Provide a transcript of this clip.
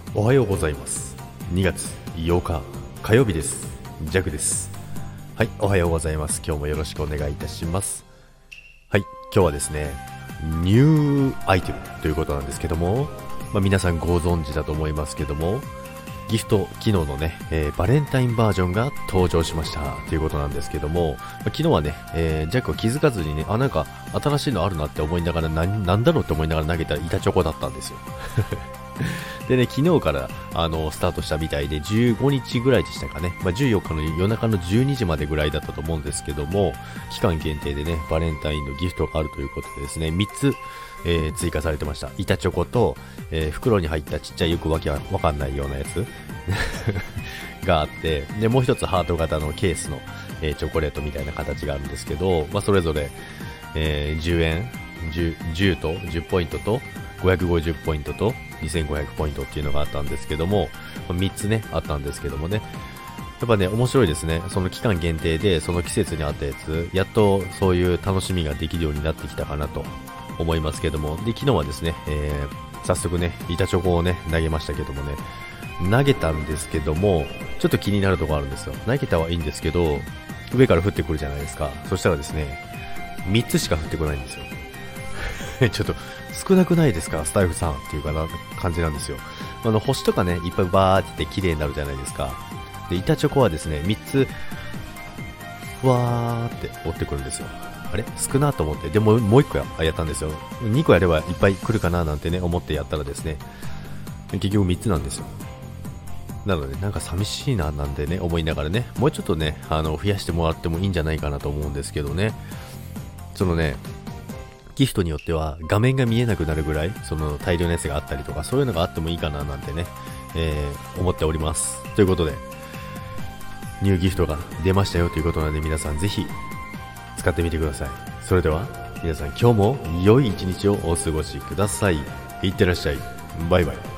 おはようございます。2月8日火曜日です。ジャクです。はい、おはようございます。今日もよろしくお願いいたします。はい、今日はですね、ニューアイテムということなんですけども、皆さんご存知だと思いますけども、ギフト機能のね、バレンタインバージョンが登場しましたということなんですけども、昨日はね、ジャックは気づかずにね、なんか新しいのあるなって思いながら、なんだろうって思いながら投げたら板チョコだったんですよ。でね、昨日からスタートしたみたいで、15日ぐらいでしたかね、14日の夜中の12時までぐらいだったと思うんですけども、期間限定でね、バレンタインのギフトがあるということでですね、3つ、追加されてました。板チョコと、袋に入ったちっちゃいよくわかんないようなやつがあって、でもう一つハート型のケースの、チョコレートみたいな形があるんですけど、それぞれ、10円 10と10ポイントと550ポイントと2500ポイントっていうのがあったんですけども、3つねあったんですけどもね、やっぱね面白いですね。その期間限定でその季節に合ったやつ、やっとそういう楽しみができるようになってきたかなと思いますけども、で昨日はですね、早速ね板チョコをね投げましたけどもね、投げたんですけどもちょっと気になるところあるんですよ。投げたはいいんですけど、上から降ってくるじゃないですか。そしたらですね、3つしか降ってこないんですよ。ちょっと少なくないですかスタイフさんっていうかな感じなんですよ。星とかねいっぱいバーって綺麗になるじゃないですか。で板チョコはですね3つふわーって折ってくるんですよ。あれ少なと思って、でもう1個やったんですよ。2個やればいっぱい来るかななんてね思ってやったらですね、結局3つなんですよ。なのでなんか寂しいななんてね思いながらね、もうちょっとね増やしてもらってもいいんじゃないかなと思うんですけどね。そのねギフトによっては画面が見えなくなるぐらいその大量のやつがあったりとか、そういうのがあってもいいかななんてね、思っております。ということでニューギフトが出ましたよということなので、皆さんぜひ使ってみてください。それでは皆さん今日も良い一日をお過ごしください。いってらっしゃい。バイバイ。